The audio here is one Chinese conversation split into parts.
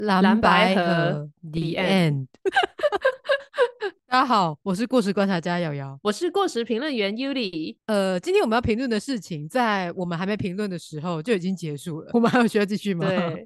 蓝白河 The End。大家好，我是过时观察家瑶瑶。 我是过时评论员 Yuli。 今天我们要评论的事情，在我们还没评论的时候就已经结束了。我们还有需要继续吗？ 对，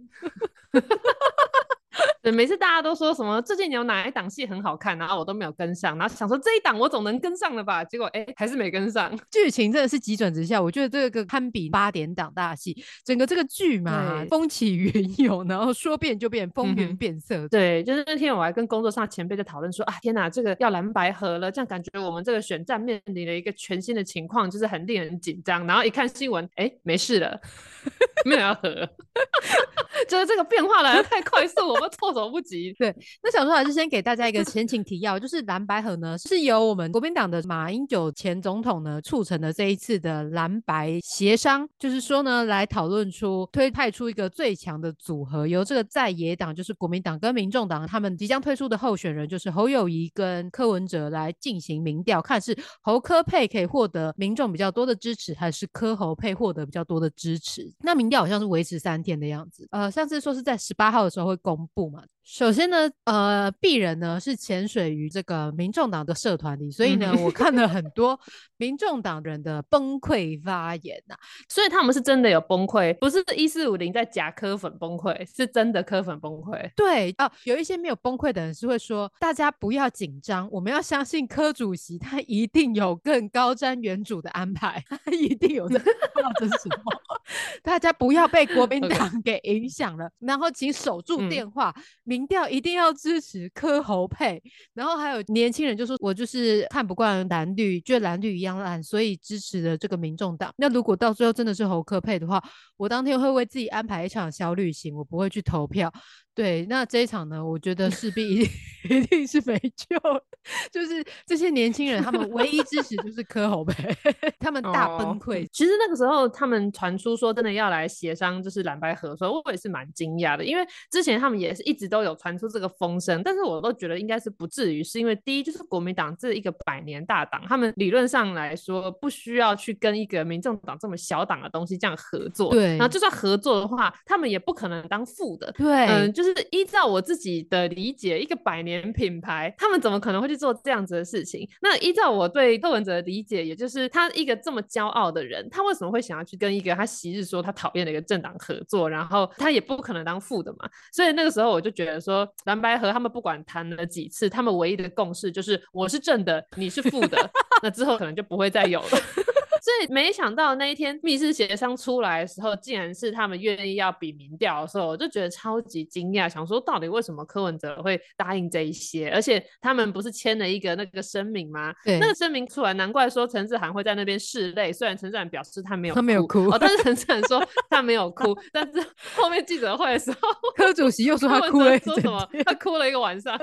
对，每次大家都说什么最近有哪一档戏很好看，然后我都没有跟上，然后想说这一档我总能跟上了吧，结果还是没跟上。 剧情真的是急转直下，我觉得这个堪比8点档大戏。整个这个剧嘛， 对， 风起云涌，然后说变就变，风云嗯哼。 变色。 对，就是那天我还跟工作上前辈在讨论说啊，天哪，这个要蓝白合了，这样感觉我们这个选战面临了一个全新的情况，就是很令人紧张。然后一看新闻，没事了，没有要合，就是这个变化来的太快速，我们措手不及。 对，那想说还是先给大家一个前情提要，就是蓝白合呢是由我们国民党的马英九前总统呢促成的这一次的蓝白协商，就是说呢来讨论出推派出一个最强的组合，由这个在野党就是国民党跟民众党他们即将推出的候选人就是侯友宜跟柯文哲来进行民调，看是侯柯配可以获得民众比较多的支持，还是柯侯配获得比较多的支持。那民调好像是维持3天的样子，上次说是在18号的时候会公布嘛。首先呢，鄙人呢是潜水于这个民众党的社团里，所以呢，我看了很多民众党人的崩溃发言呐、 所以他们是真的有崩溃，不是1450在假科粉崩溃，是真的科粉崩溃。 对啊，有一些没有崩溃的人是会说，大家不要紧张，我们要相信柯主席，他一定有更高瞻远瞩的安排，他一定有在不知道这是什么，大家不要被国民 OK， 党给影响了，然后请守住嗯， 电话，民调一定要支持柯侯配，然后还有年轻人就说，我就是看不惯蓝绿，觉得蓝绿一样烂，所以支持了这个民众党。那如果到最后真的是侯柯配的话，我当天会为自己安排一场小旅行，我不会去投票。对，那这一场呢，我觉得势必一定是没救了。就是这些年轻人，他们唯一支持就是柯侯配，他们大崩哦， 溃。 其实那个时候他们传出说真的要来协商，就是蓝白合的时候，我也是蛮惊讶的，因为之前他们也是一直都有传出这个风声，但是我都觉得应该是不至于，是因为第一就是国民党这一个100年大党，他们理论上来说不需要去跟一个民众党这么小党的东西这样合作，然后对就算合作的话，他们也不可能当副的。 对， 就是依照我自己的理解，一个100年品牌，他们怎么可能会去做这样子的事情？那依照我对柯文哲的理解，也就是他一个这么骄傲的人，他为什么会想要去跟一个他昔日说他讨厌的一个政党合作？然后他也不可能当副的嘛。所以那个时候我就觉得说，蓝白合他们不管谈了几次，他们唯一的共识就是我是正的，你是副的，那之后可能就不会再有了。所以没想到那一天密室协商出来的时候，竟然是他们愿意要比民调的时候，我就觉得超级惊讶，想说到底为什么柯文哲会答应这一些？而且他们不是签了一个那个声明吗？那对， 个声明出来，难怪说陈志涵会在那边拭泪。虽然陈志涵表示他没有哭他没有哭， 哦，但是陈志涵说他没有哭，但是后面记者会的时候， 柯主席又说柯他哭了一文哲说什整天。 么他哭了一个晚上。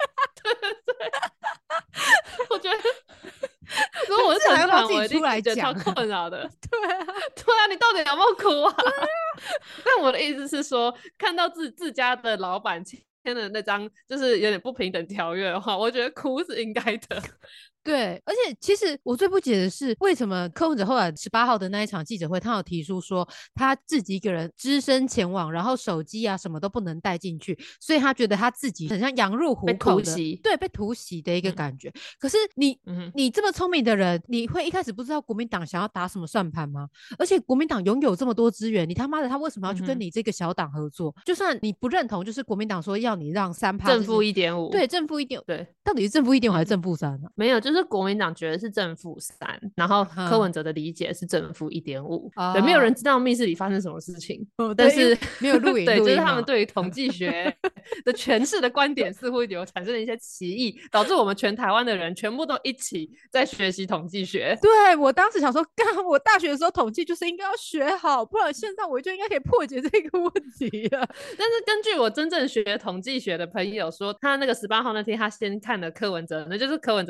我觉得如果我是这还要不要陈志涵，我一定自己出来觉得超讲啊？ 困扰的。 对啊， 对啊，你到底有没有哭啊？但我的意思是说，看到自家的老板签的那张就是有点不平等条约的话，我觉得哭是应该的。 对，而且其实我最不解的是，为什么柯文哲后来18号的那一场记者会，他有提出说他自己一个人只身前往，然后手机啊什么都不能带进去，所以他觉得他自己很像羊入被虎口的， 突袭。 对，被突袭的一个嗯感觉。可是你嗯你这么聪明的人，你会一开始不知道国民党想要打什么算盘吗？而且国民党拥有这么多资源，你他妈的他为什么要去跟嗯哼， 你这个小党合作？就算你不认同，就是国民党说要你让3% 正负这件， 1.5。 对，正负一点， 对， 到底是正负1.5还是嗯， 正负3呢？ 没有，就是国民党觉得是正负3，然后柯哈文哲的理解是正负1.5。对，没有啊， 人知道密室里发生什么事情， 哦，对，因为但是没有录影对，就是录音嘛。 他们对于统计学的诠释的观点似乎有产生了一些歧义，导致我们全台湾的人全部都一起在学习统计学。 对，我当时想说，干，我大学的时候统计就是应该要学好，不然现在我就应该可以破解这个问题了。 但是根据我真正学统计学的朋友说，他那个18号那天他先看了柯文哲，那就是柯文哲在那边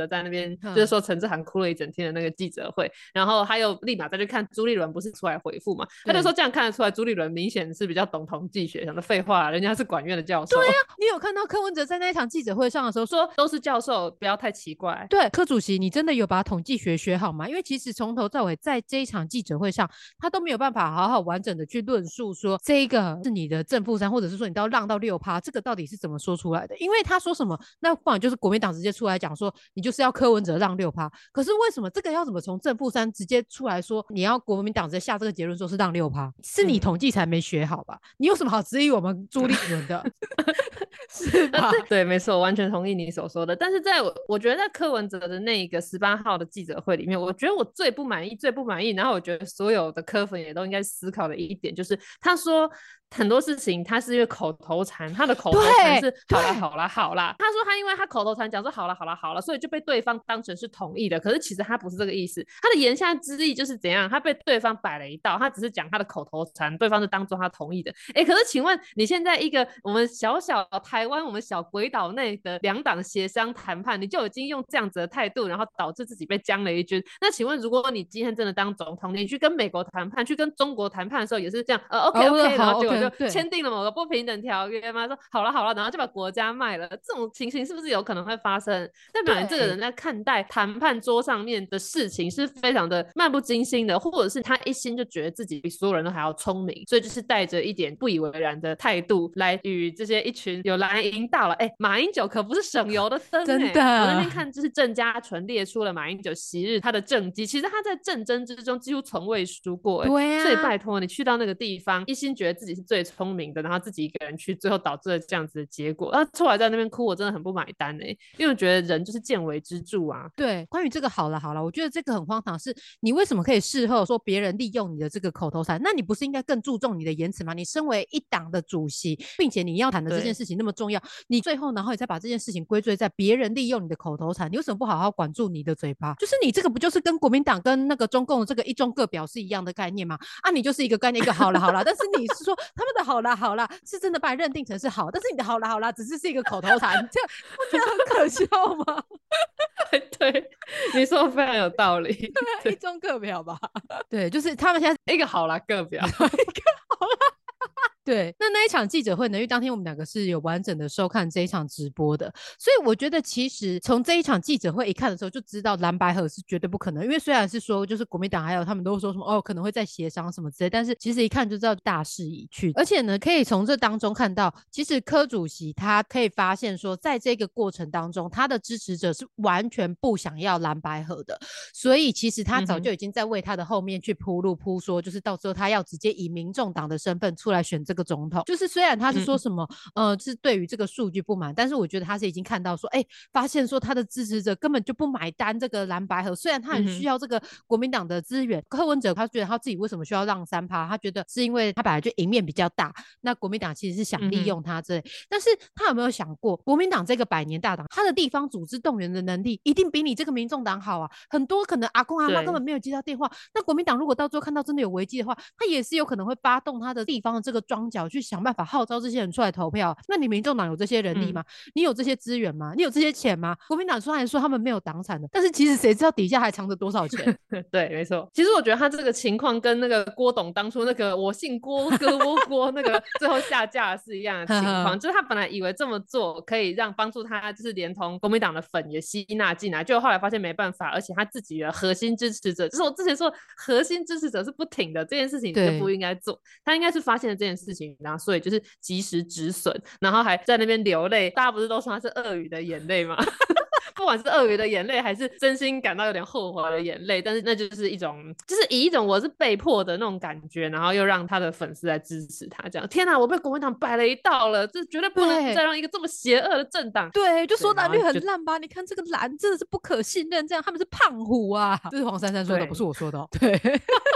天，就是说陈志涵哭了一整天的那个记者会，然后还有立马再去看朱立伦不是出来回复嘛，他就说这样看得出来朱立伦明显是比较懂统计学，想的废话，人家是管院的教授。 对啊，你有看到柯文哲在那一场记者会上的时候说都是教授，不要太奇怪。 对，柯主席，你真的有把统计学学好吗？因为其实从头到尾在这一场记者会上，他都没有办法好好完整的去论述说这一个是你的正负三，或者是说你都要让到6%，这个到底是怎么说出来的？因为他说什么，那不然就是国民党直接出来讲说，你就是要柯文哲让6%。可是为什么这个要怎么从正负三直接出来说，你要国民党直接下这个结论说是让6%？是你统计才没学好吧？你有什么好质疑我们朱立伦的？是吧？ 对，没错，我完全同意你所说的。但是我觉得在柯文哲的那个18号的记者会里面，我觉得我最不满意，然后我觉得所有的柯粉也都应该思考的一点，就是他说很多事情他是因为口头禅，他的口头禅是好啦好啦好啦，他说他因为他口头禅讲说好啦好啦好啦，所以就被对方当成是同意的，可是其实他不是这个意思，他的言下之意就是怎样，他被对方摆了一道，他只是讲他的口头禅，对方就当做他同意的。可是请问你现在一个我们小小台湾，我们小鬼岛内的两党协商谈判，你就已经用这样子的态度，然后导致自己被将了一军。那请问如果你今天真的当总统，你去跟美国谈判，去跟中国谈判的时候也是这样OK， 然后结果就签订了某个不平等条约吗？说好了好了，然后就把国家卖了，这种情形是不是有可能会发生？代表你这个人在看待谈判桌上面的事情是非常的漫不经心的，或者是他一心就觉得自己比所有人都还要聪明，所以就是带着一点不以为然的态度来与这些一群有蓝营大佬。马英九可不是省油的灯， 真的。 我那天看就是郑家纯列出了马英九昔日他的政绩，其实他在政争之中几乎从未输过。 对啊， 所以拜托你去到那个地方，一心觉得自己是最聪明的，然后自己一个人去，最后导致了这样子的结果。出来在那边哭，我真的很不买单因为我觉得人就是见微知著啊。 对，关于这个好了，我觉得这个很荒唐，是你为什么可以事后说别人利用你的这个口头禅？那你不是应该更注重你的言辞吗？你身为一党的主席，并且你要谈的这件事情那么重要，你最后然后你再把这件事情归罪在别人利用你的口头禅，你为什么不好好管住你的嘴巴？就是你这个不就是跟国民党跟那个中共的这个一中各表是一样的概念吗？你就是一个概念，一个好啦，但是你是说他们的好啦是真的把你认定成是好，但是你的好啦只是一个口头禅，这不觉得很可笑吗？ 对，你说的非常有道理。 对，一中各表吧。对，就是他们现在一个好啦各表，一个好啦。对，那一场记者会呢，因为当天我们两个是有完整的收看这一场直播的，所以我觉得其实从这一场记者会一看的时候就知道蓝白合是绝对不可能，因为虽然是说就是国民党还有他们都说什么可能会在协商什么之类，但是其实一看就知道大势已去，而且呢可以从这当中看到，其实柯主席他可以发现说在这个过程当中他的支持者是完全不想要蓝白合的，所以其实他早就已经在为他的后面去铺路铺说，就是到时候他要直接以民众党的身份出来选这个总统，就是虽然他是说什么是对于这个数据不满，但是我觉得他是已经看到说发现说他的支持者根本就不买单这个蓝白合，虽然他很需要这个国民党的资源，柯文哲他觉得他自己为什么需要让3%，他觉得是因为他本来就赢面比较大，那国民党其实是想利用他之类，但是他有没有想过国民党这个100年大党，他的地方组织动员的能力一定比你这个民众党好啊，很多可能阿公阿妈根本没有接到电话，那国民党如果到最后看到真的有危机的话，他也是有可能会发动他的地方的这个庄脚去想办法号召这些人出来投票。那你民众党有这些人力吗？你有这些资源吗？你有这些钱吗？国民党虽然说他们没有党产的，但是其实谁知道底下还藏着多少钱？ 对，没错。其实我觉得他这个情况跟那个郭董当初那个我姓郭哥郭那个最后下架是一样的情况，就是他本来以为这么做可以帮助他，就是连同国民党的粉也吸纳进来，结果后来发现没办法，而且他自己的核心支持者，就是我之前说核心支持者是不挺的，这件事情就不应该做。他应该是发现了这件事情，然后所以就是及时止损，然后还在那边流泪。大家不是都说他是鳄鱼的眼泪吗？不管是鳄鱼的眼泪还是真心感到有点后悔的眼泪，但是那就是一种就是以一种我是被迫的那种感觉，然后又让他的粉丝来支持他，这样天哪，我被国民党摆了一道了，这绝对不能再让一个这么邪恶的政党。 对，就说蓝绿很烂吧，你看这个蓝真的是不可信任，这样他们是胖虎啊，这是黄珊珊说的，不是我说的。对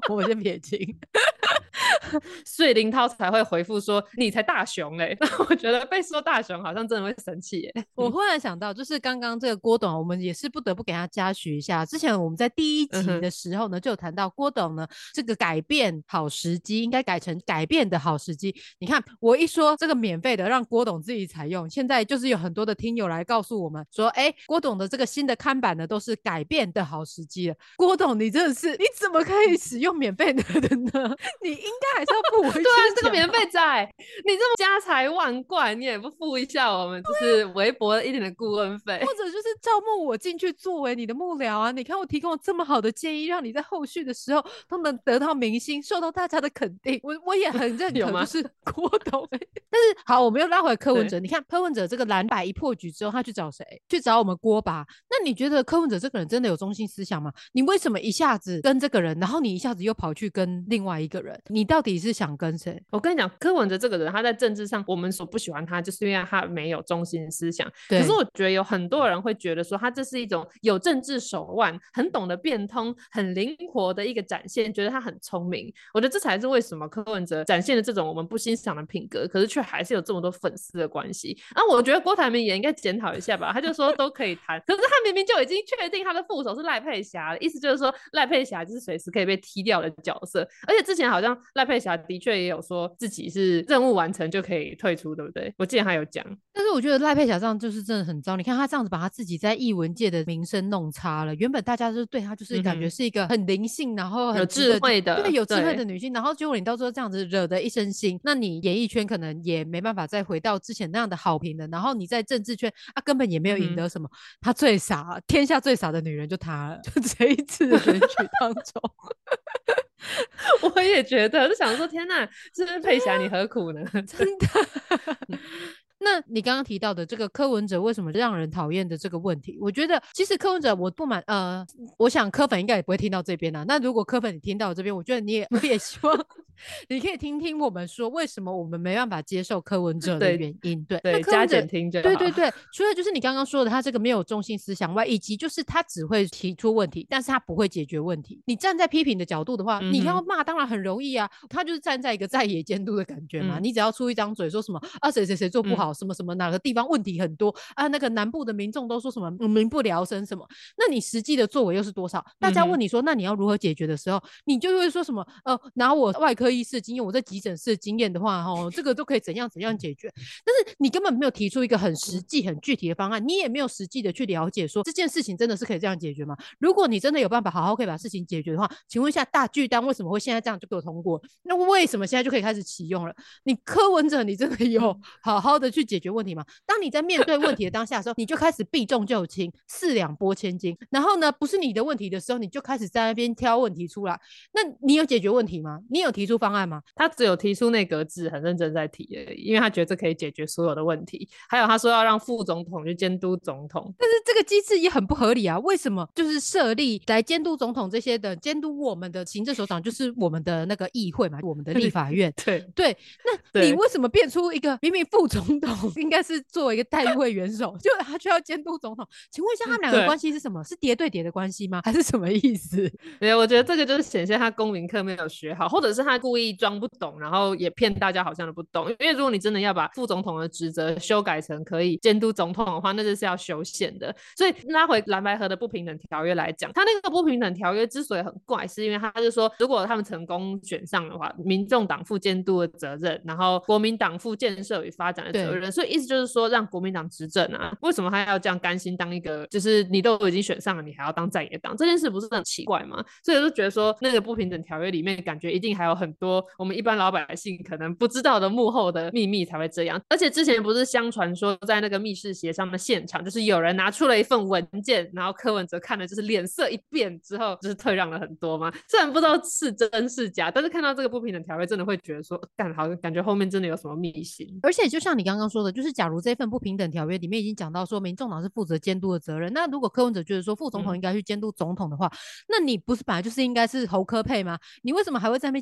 我先撇清。 所以林涛才会回复说你才大熊嘞。那我觉得被说大熊好像真的会生气耶。 我忽然想到，就是刚刚这个郭董，我们也是不得不给他嘉许一下。之前我们在第一集的时候呢，就有谈到郭董呢，这个改变好时机应该改成改变的好时机。你看，我一说这个免费的让郭董自己采用，现在就是有很多的听友来告诉我们说，哎，郭董的这个新的看板呢，都是改变的好时机了。郭董，你真的是，你怎么可以使用免费的呢？你应该还是要付回去。 对啊，这个免费仔，你这么家财万贯，你也不付一下我们就是微薄一点的顾问费， 或者就是招募我进去作为你的幕僚啊？你看我提供了这么好的建议，让你在后续的时候都能得到明星，受到大家的肯定。我也很认可，就是郭董。但是好，我们又拉回柯文哲。你看柯文哲这个蓝白一破局之后，他去找谁？去找我们郭爸。那你觉得柯文哲这个人真的有中心思想吗？你为什么一下子跟这个人，然后你一下子又跑去跟另外一个人？你到底是想跟谁？ 我跟你讲，柯文哲这个人，他在政治上我们所不喜欢他，就是因为他没有中心思想。可是我觉得有很多人会觉得说，他这是一种有政治手腕、很懂得变通、很灵活的一个展现，觉得他很聪明。我觉得这才是为什么柯文哲展现的这种我们不欣赏的品格，可是却还是有这么多粉丝的关系。我觉得郭台铭也应该检讨一下吧，他就说都可以谈，可是他明明就已经确定他的副手是赖佩霞了，意思就是说赖佩霞就是随时可以被踢掉的角色。而且之前好像赖佩霞的确也有说自己是任务完成就可以退出，对不对？我记得他有讲。 但是我觉得赖佩霞这样就是真的很糟。你看他这样子把他自己在艺文界的名声弄差了。原本大家就是对他就是感觉是一个很灵性，然后很有智慧的， 对，有智慧的女性。然后结果你到最后这样子惹得一身腥，那你演艺圈可能也没办法再回到之前那样的好评了。然后你在政治圈根本也没有赢得什么。他最傻，天下最傻的女人就他了，就这一次的选举当中。 我也觉得，就想说天哪，是不是佩霞你何苦呢？ 真的。那你刚刚提到的这个柯文哲为什么让人讨厌的这个问题，我觉得其实柯文哲我不满，我想柯粉应该也不会听到这边啊。那如果柯粉你听到这边，我觉得我也希望你可以听听我们说为什么我们没办法接受柯文哲的原因。对， 加减听就好。 对，除了就是你刚刚说的他这个没有中心思想外，以及就是他只会提出问题，但是他不会解决问题。你站在批评的角度的话，你要骂当然很容易啊，他就是站在一个在野监督的感觉嘛。你只要出一张嘴说什么谁谁谁做不好，什么什么哪个地方问题很多那个南部的民众都说什么民不聊生什么，那你实际的作为又是多少？大家问你说那你要如何解决的时候，你就会说什么拿我外科医师经验，我在急诊室的经验的话这个都可以怎样怎样解决。但是你根本没有提出一个很实际很具体的方案，你也没有实际的去了解说这件事情真的是可以这样解决吗？如果你真的有办法好好可以把事情解决的话，请问一下大巨蛋为什么会现在这样就给我通过？那为什么现在就可以开始启用了？你柯文哲你真的有好好的去解决问题吗？当你在面对问题的当下的时候，你就开始避重就轻，四两拨千斤。然后呢，不是你的问题的时候，你就开始在那边挑问题出来。那你有解决问题吗？你有提出方案吗？ 他只有提出内阁制，很认真在提而已，因为他觉得这可以解决所有的问题。还有他说要让副总统去监督总统， 但是这个机制也很不合理啊！为什么就是设立来监督总统这些的，监督我们的行政首长就是我们的那个议会嘛，我们的立法院。对，那你为什么变出一个明明副总统应该是作为一个代议会元首，就他就要监督总统？请问一下，他们两个关系是什么？是叠对叠的关系吗？还是什么意思？ 对，我觉得这个就是显现他公民课没有学好，或者是他故意装不懂，然后也骗大家好像都不懂。因为如果你真的要把副总统的职责修改成可以监督总统的话，那就是要修宪的。所以拉回蓝白合的不平等条约来讲，他那个不平等条约之所以很怪，是因为他是说，如果他们成功选上的话，民众党负监督的责任，然后国民党负建设与发展的责任。所以意思就是说，让国民党执政啊，为什么他要这样甘心当一个，就是你都已经选上了，你还要当在野党？这件事不是很奇怪吗？所以我就觉得说，那个不平等条约里面，感觉一定还有很多我们一般老百姓可能不知道的幕后的秘密才会这样。而且之前不是相传说，在那个密室协商的现场，就是有人拿出了一份文件，然后柯文哲看了就是脸色一变之后，就是退让了很多嘛。虽然不知道是真是假，但是看到这个不平等条约，真的会觉得说，好像感觉后面真的有什么秘辛。 而且就像你刚刚说的，就是假如这份不平等条约里面已经讲到说，民众党是负责监督的责任，那如果柯文哲觉得说副总统应该去监督总统的话，那你不是本来就是应该是侯柯配吗？你为什么还会在那边斤斤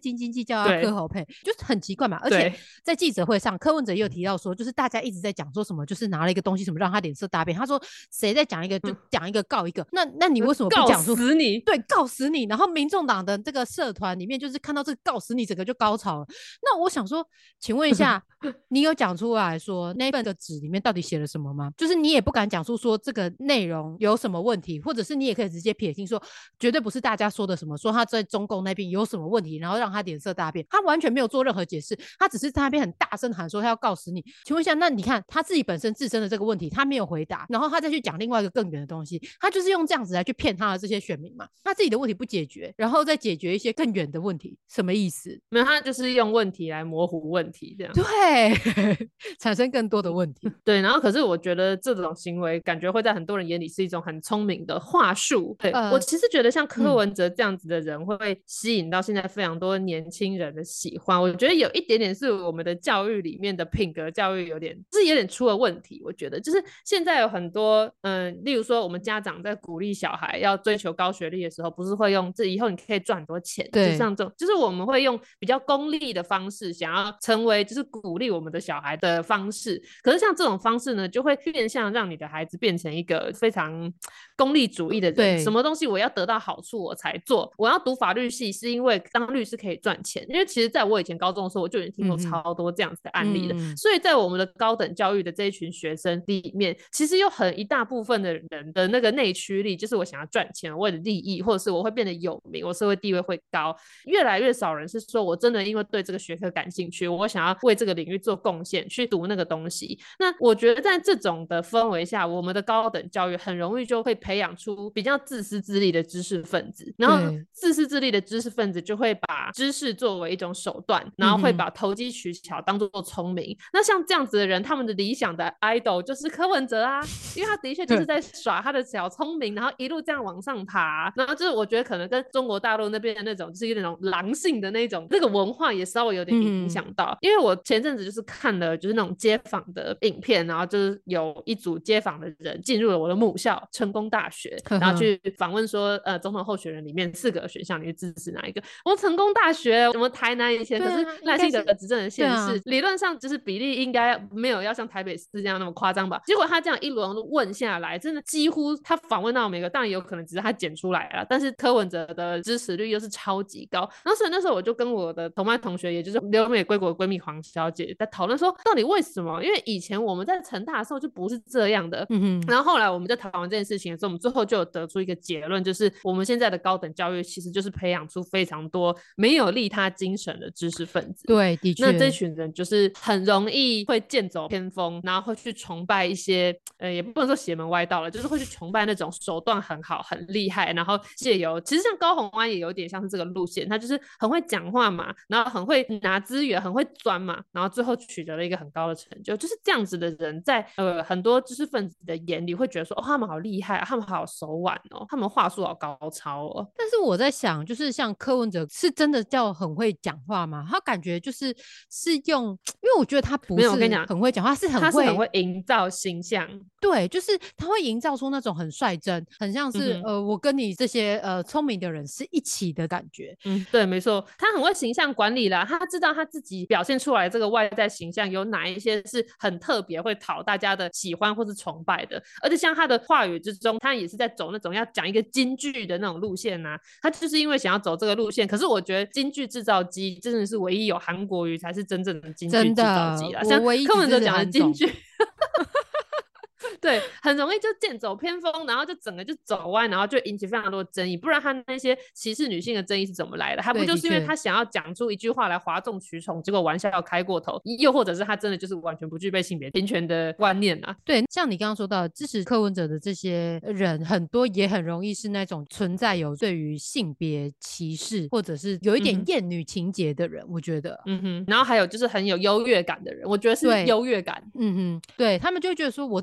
计较要柯侯配，就是很奇怪嘛。而且在记者会上，柯文哲也有提到说，就是大家一直在讲说什么，就是拿了一个东西什么让他脸色大变。他说谁在讲一个就讲一个告一个，那你为什么不讲出告死你？ 对，告死你。然后民众党的这个社团里面，就是看到这个告死你，整个就高潮了。那我想说，请问一下，你有讲出来说那份的纸里面到底写了什么吗？就是你也不敢讲出说这个内容有什么问题，或者是你也可以直接撇清说，绝对不是大家说的什么，说他在中共那边有什么问题，然后让他脸色大变。他完全没有做任何解释，他只是在那边很大声喊说他要告死你。请问一下，那你看他自己本身自身的这个问题，他没有回答，然后他再去讲另外一个更远的东西，他就是用这样子来去骗他的这些选民嘛。他自己的问题不解决，然后再解决一些更远的问题，什么意思？ 没有，他就是用问题来模糊问题，这样对，产生更多的问题。 对，然后可是我觉得这种行为感觉会在很多人眼里是一种很聪明的话术。对，我其实觉得像柯文哲这样子的人会吸引到现在非常多年轻人的喜欢。我觉得有一点点是我们的教育里面的品格教育有点出了问题。我觉得就是现在有很多例如说我们家长在鼓励小孩要追求高学历的时候，不是会用这以后你可以赚很多钱，就像这种，就是我们会用比较功利的方式想要成为就是鼓励我们的小孩的方式。可是像这种方式呢，就会变相让你的孩子变成一个非常功利主义的人。什么东西我要得到好处我才做，我要读法律系是因为当律师可以赚钱。因为其实在我以前高中的时候，我就已经听过超多这样子的案例了。所以在我们的高等教育的这一群学生里面，其实有一大部分的人的那个内驱力就是我想要赚钱，为了利益，或者是我会变得有名，我社会地位会高。越来越少人是说我真的因为对这个学科感兴趣，我想要为这个领域做贡献去读那个东西。那我觉得在这种的氛围下，我们的高等教育很容易就会培养出比较自私自利的知识分子，然后自私自利的知识分子就会把知识作为一种手段，然后会把投机取巧当作聪明。那像这样子的人，他们的理想的 idol 就是柯文哲啊，因为他的确就是在耍他的小聪明，然后一路这样往上爬。然后就是我觉得可能跟中国大陆那边的那种就是那种狼性的那种那个文化也稍微有点影响到。因为我前阵子就是看了就是那种街访的影片，然后就是有一组街访的人进入了我的母校成功大学，然后去访问说总统候选人里面4个选项你会支持哪一个。我成功大学我们台南以前可是赖清德执政的县市，理论上就是比例应该没有要像台北市这样那么夸张吧。结果他这样一轮问下来，真的几乎他访问到每个，当然有可能只是他剪出来了，但是柯文哲的支持率又是超级高。然后所以那时候我就跟我的同班同学，也就是留美归国的闺蜜黄小姐在讨论说，到底为什么？因为以前我们在成大的时候就不是这样的。然后后来我们在讨论这件事情的时候，我们最后就有得出一个结论，就是我们现在的高等教育其实就是培养出非常多没有利他精神的知识分子。 对，的确， 那这群人就是很容易会剑走偏锋，然后会去崇拜一些也不能说邪门歪道了，就是会去崇拜那种手段很好很厉害，然后借由其实像高虹安也有点像是这个路线，他就是很会讲话嘛，然后很会拿资源，很会钻嘛，然后最后取得了一个很高的成就。就是这样子的人在很多知识分子的眼里会觉得说，他们好厉害，他们好手腕哦，他们话术好高超哦。 但是我在想，就是像柯文哲是真的叫很会讲话吗？他感觉就是用，因为我觉得他不是很会讲话，他是很会营造形象。 对，就是他会营造出那种很率真，很像是我跟你这些聪明的人是一起的感觉。 对，没错，他很会形象管理啦，他知道他自己表现出来这个外在形象有哪一些是很特别会讨大家的喜欢或是崇拜的。而且像他的话语之中，他也是在走那种要讲一个金句的那种路线啊，他就是因为想要走这个路线。可是我觉得金句制造机真的是唯一有韩国瑜才是真正的金句制造机啦，像柯文哲讲的金句对，很容易就剑走偏锋，然后就整个就走歪，然后就引起非常多的争议。不然他那些歧视女性的争议是怎么来的？他不就是因为他想要讲出一句话来哗众取宠，结果玩笑要开过头，又或者是他真的就是完全不具备性别平权的观念啊？ 对，像你刚刚说到支持柯文哲的这些人，很多也很容易是那种存在有对于性别歧视，或者是有一点厌女情节的人，我觉得。然后还有就是很有优越感的人，我觉得是优越感。 对，他们就会觉得说我这么优秀，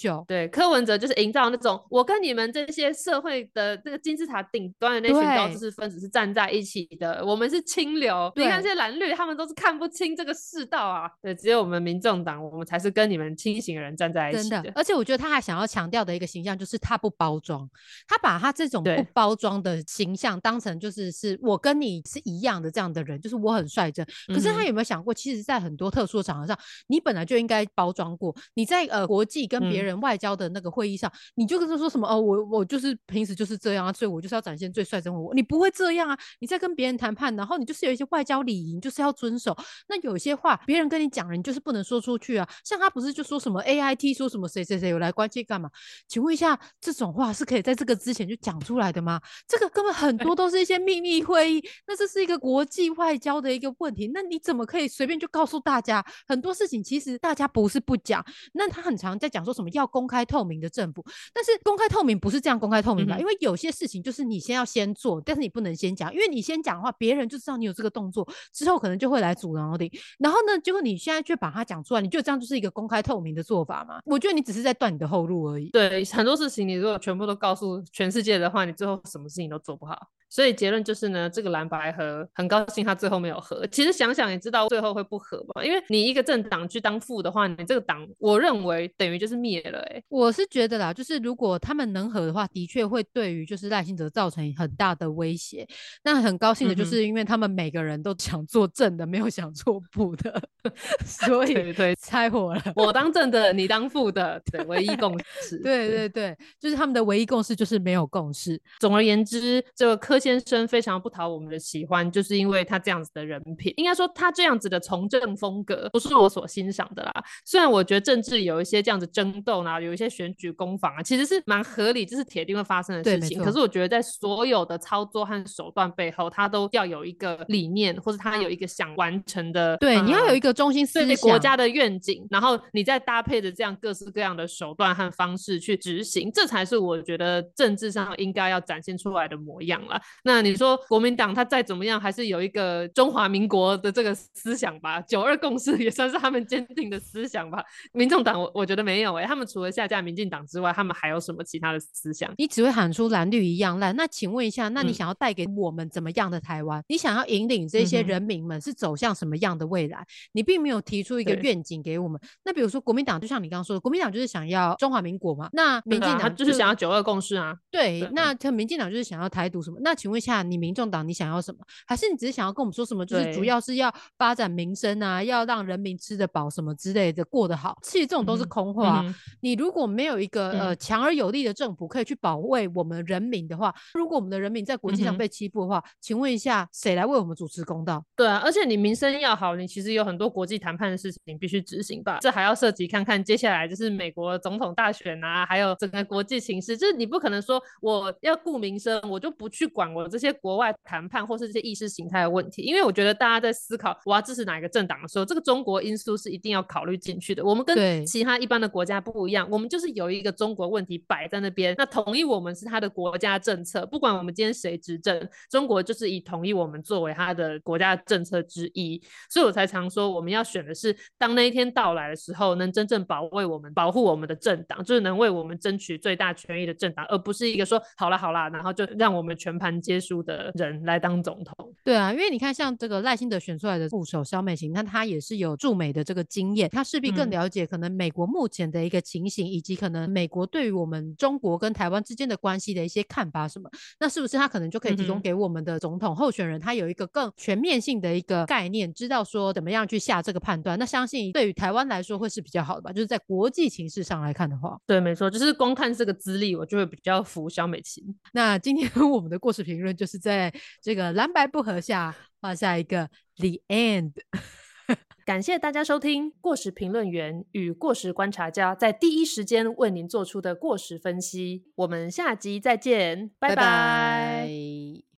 秀。 对，柯文哲就是营造那种我跟你们这些社会的那个金字塔顶端的那群高知识分子是站在一起的，我们是清流。你看这些蓝绿，他们都是看不清这个世道啊。对，只有我们民众党，我们才是跟你们清醒的人站在一起的。 真的，而且我觉得他还想要强调的一个形象就是他不包装，他把他这种不包装的形象当成就是我跟你是一样的这样的人，就是我很率真。可是他有没有想过，其实在很多特殊的场合上，你本来就应该包装过。你在国际跟别人外交的那个会议上，你就跟他说什么我就是平时就是这样啊，所以我就是要展现最率真我。你不会这样啊，你在跟别人谈判，然后你就是有一些外交礼仪，你就是要遵守。那有些话别人跟你讲了，你就是不能说出去啊。像他不是就说什么 AIT 说什么谁谁谁有来关切干嘛？请问一下，这种话是可以在这个之前就讲出来的吗？这个根本很多都是一些秘密会议，那这是一个国际外交的一个问题。那你怎么可以随便就告诉大家很多事情？其实大家不是不讲，那他很常在讲说什么要公开透明的政府，但是公开透明不是这样公开透明吧？因为有些事情就是你先要先做，但是你不能先讲，因为你先讲的话，别人就知道你有这个动作，之后可能就会来阻挠你。然后呢，结果你现在却把它讲出来，你就这样就是一个公开透明的做法吗？我觉得你只是在断你的后路而已。 对，很多事情你如果全部都告诉全世界的话，你最后什么事情都做不好。所以结论就是呢，这个蓝白合很高兴他最后没有合。其实想想也知道最后会不合嘛，因为你一个政党去当副的话，你这个党我认为等于就是灭了。 我是觉得啦，就是如果他们能合的话，的确会对于就是赖清德造成很大的威胁。那很高兴的就是因为他们每个人都想做正的，没有想做副的，所以拆伙了。 我当正的，你当副的，对，唯一共识。 对对对，就是他们的唯一共识就是没有共识。 总而言之，这个柯先生非常不讨我们的喜欢，就是因为他这样子的人品，应该说他这样子的从政风格不是我所欣赏的啦。虽然我觉得政治有一些这样子争斗啊，有一些选举攻防啊，其实是蛮合理，这是铁定会发生的事情。可是我觉得在所有的操作和手段背后，他都要有一个理念，或者他有一个想完成的， 对，你要有一个中心思想， 对国家的愿景，然后你再搭配着这样各式各样的手段和方式去执行，这才是我觉得政治上应该要展现出来的模样啦。那你说国民党他再怎么样，还是有一个中华民国的这个思想吧，9·2共识也算是他们坚定的思想吧。民众党我觉得没有他们除了下架民进党之外，他们还有什么其他的思想？ 你只会喊出蓝绿一样烂。那请问一下，那你想要带给我们怎么样的台湾？你想要引领这些人民们是走向什么样的未来？你并没有提出一个愿景给我们。那比如说国民党，就像你刚刚说的，国民党就是想要中华民国嘛，那民进党他就是想要9·2共识啊。 对，那民进党就是想要台独什么？那请问一下，你民众党你想要什么？还是你只是想要跟我们说什么？就是主要是要发展民生啊，要让人民吃得饱什么之类的，过得好。其实这种都是空话。你如果没有一个强而有力的政府可以去保卫我们人民的话，如果我们的人民在国际上被欺负的话，请问一下，谁来为我们主持公道？ 对啊，而且你民生要好，你其实有很多国际谈判的事情必须执行吧。这还要涉及看看接下来就是美国总统大选啊，还有整个国际形势。就是你不可能说我要顾民生，我就不去管我这些国外谈判或是这些意识形态的问题。因为我觉得大家在思考我要支持哪一个政党的时候，这个中国因素是一定要考虑进去的。我们跟其他一般的国家不一样，我们就是有一个中国问题摆在那边，那同意我们是他的国家政策，不管我们今天谁执政，中国就是以同意我们作为他的国家政策之一。所以我才常说我们要选的是当那一天到来的时候能真正保护我们的政党，就是能为我们争取最大权益的政党，而不是一个说好啦好啦然后就让我们全盘皆输的人来当总统。 对啊，因为你看像这个赖清德选出来的副手萧美琴，那他也是有驻美的这个经验，他势必更了解可能美国目前的一个情形，以及可能美国对于我们中国跟台湾之间的关系的一些看法什么，那是不是他可能就可以提供给我们的总统候选人，他有一个更全面性的一个概念，知道说怎么样去下这个判断。那相信对于台湾来说会是比较好的吧，就是在国际情势上来看的话。 对，没错，就是光看这个资历我就会比较服萧美琴。 那今天我们的过时评论就是在这个蓝白不合下画下一个 The End 感谢大家收听过时评论员与过时观察家在第一时间为您做出的过时分析，我们下集再见，拜拜。